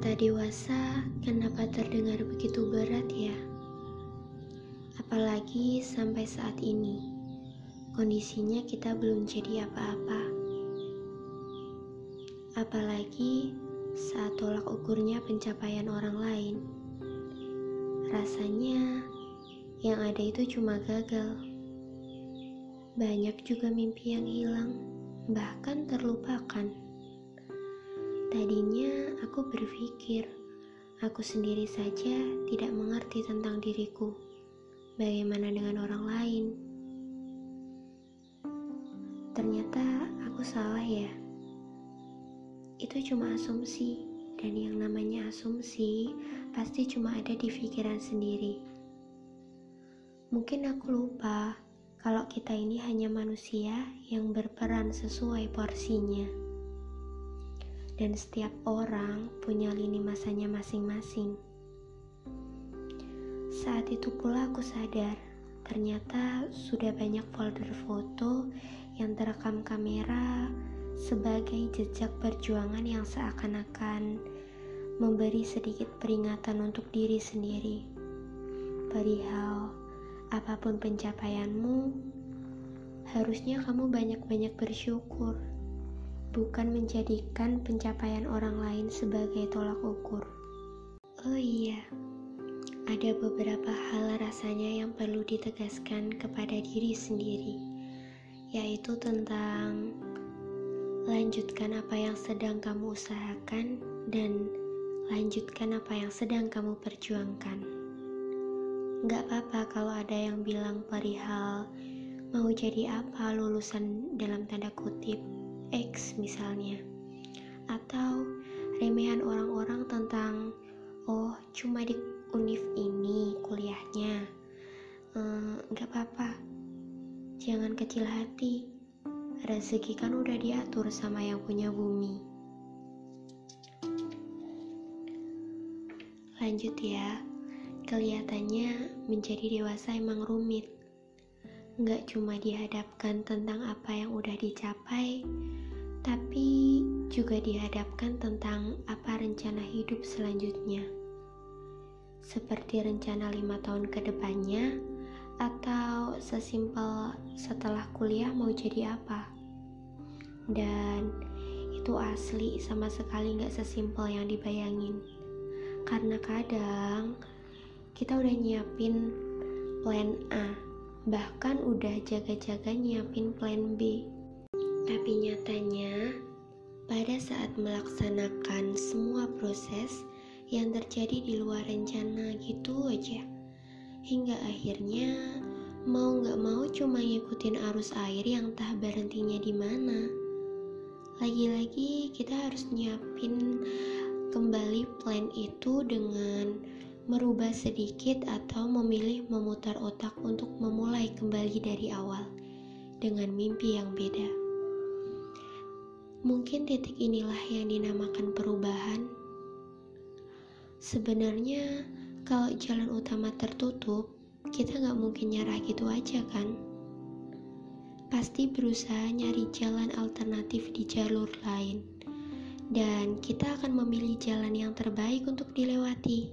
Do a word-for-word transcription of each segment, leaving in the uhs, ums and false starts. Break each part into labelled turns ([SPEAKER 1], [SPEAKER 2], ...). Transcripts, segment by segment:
[SPEAKER 1] Kata dewasa, kenapa terdengar begitu berat ya? Apalagi sampai saat ini, kondisinya kita belum jadi apa-apa. Apalagi saat tolak ukurnya pencapaian orang lain. Rasanya yang ada itu cuma gagal. Banyak juga mimpi yang hilang, bahkan terlupakan. Tadinya aku berpikir, aku sendiri saja tidak mengerti tentang diriku. Bagaimana dengan orang lain? Ternyata aku salah ya. Itu cuma asumsi, dan yang namanya asumsi pasti cuma ada di pikiran sendiri. Mungkin aku lupa kalau kita ini hanya manusia yang berperan sesuai porsinya. Dan setiap orang punya lini masanya masing-masing. Saat itu pula aku sadar, ternyata sudah banyak folder foto yang terekam kamera sebagai jejak perjuangan yang seakan-akan memberi sedikit peringatan untuk diri sendiri. Perihal apapun pencapaianmu, harusnya kamu banyak-banyak bersyukur. Bukan menjadikan pencapaian orang lain sebagai tolak ukur. Oh iya, ada beberapa hal rasanya yang perlu ditegaskan kepada diri sendiri, yaitu tentang lanjutkan apa yang sedang kamu usahakan dan lanjutkan apa yang sedang kamu perjuangkan. Gak apa-apa kalau ada yang bilang perihal mau jadi apa lulusan dalam tanda kutip X misalnya, atau remehan orang-orang tentang oh cuma di univ ini kuliahnya. ehm, gak apa-apa, jangan kecil hati, rezeki kan udah diatur sama yang punya bumi. Lanjut ya, kelihatannya menjadi dewasa emang rumit. Gak cuma dihadapkan tentang apa yang udah dicapai, tapi juga dihadapkan tentang apa rencana hidup selanjutnya. Seperti rencana lima tahun ke depannya, atau sesimpel setelah kuliah mau jadi apa. Dan itu asli sama sekali gak sesimpel yang dibayangin. Karena kadang kita udah nyiapin plan A, bahkan udah jaga-jaga nyiapin plan B. Tapi nyatanya, pada saat melaksanakan semua proses yang terjadi di luar rencana gitu aja, hingga akhirnya mau gak mau cuma ngikutin arus air yang tak berhentinya di mana. Lagi-lagi kita harus nyiapin kembali plan itu dengan merubah sedikit atau memilih memutar otak untuk memulai kembali dari awal dengan mimpi yang beda. Mungkin titik inilah yang dinamakan perubahan. Sebenarnya kalau jalan utama tertutup, kita gak mungkin nyerah gitu aja kan? Pasti berusaha nyari jalan alternatif di jalur lain, dan kita akan memilih jalan yang terbaik untuk dilewati.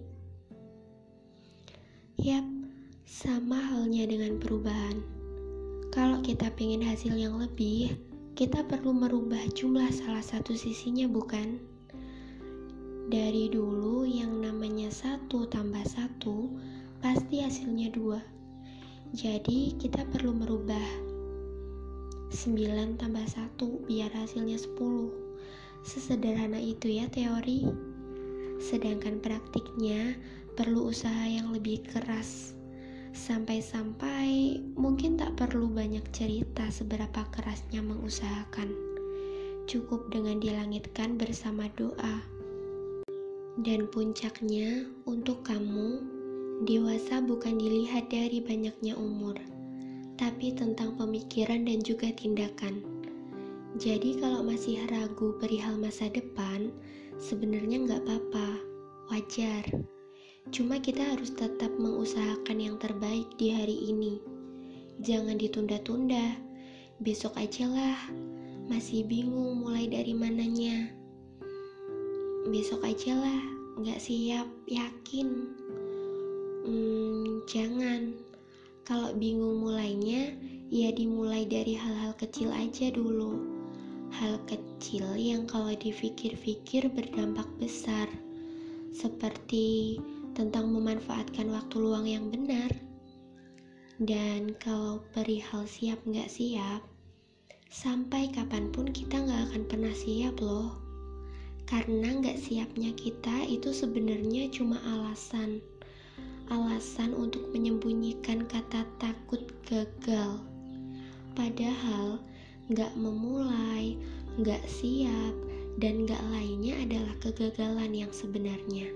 [SPEAKER 1] Yap, sama halnya dengan perubahan. Kalau kita pengen hasil yang lebih, kita perlu merubah jumlah salah satu sisinya, bukan? Dari dulu yang namanya satu tambah satu, pasti hasilnya dua. Jadi kita perlu merubah sembilan tambah satu biar hasilnya sepuluh. Sesederhana itu ya teori. Sedangkan praktiknya perlu usaha yang lebih keras. Sampai-sampai mungkin tak perlu banyak cerita seberapa kerasnya mengusahakan. Cukup dengan dilangitkan bersama doa. Dan puncaknya untuk kamu, dewasa bukan dilihat dari banyaknya umur, tapi tentang pemikiran dan juga tindakan. Jadi kalau masih ragu perihal masa depan, sebenarnya nggak apa-apa, wajar. Cuma kita harus tetap mengusahakan yang terbaik di hari ini. Jangan ditunda-tunda, besok aja lah, masih bingung mulai dari mananya. Besok aja lah, Nggak siap, yakin. Hmm, jangan. Kalau bingung mulainya, ya dimulai dari hal-hal kecil aja dulu. Hal kecil yang kalau dipikir-pikir berdampak besar. Seperti tentang memanfaatkan waktu luang yang benar. Dan kalau perihal siap nggak siap, sampai kapanpun kita nggak akan pernah siap loh. Karena nggak siapnya kita itu sebenarnya cuma alasan. Alasan untuk menyembunyikan kata takut gagal. Padahal nggak memulai, nggak siap, dan nggak lainnya adalah kegagalan yang sebenarnya.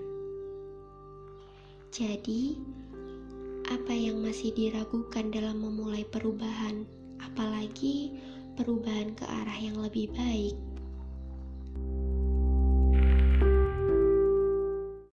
[SPEAKER 1] Jadi, apa yang masih diragukan dalam memulai perubahan, apalagi perubahan ke arah yang lebih baik?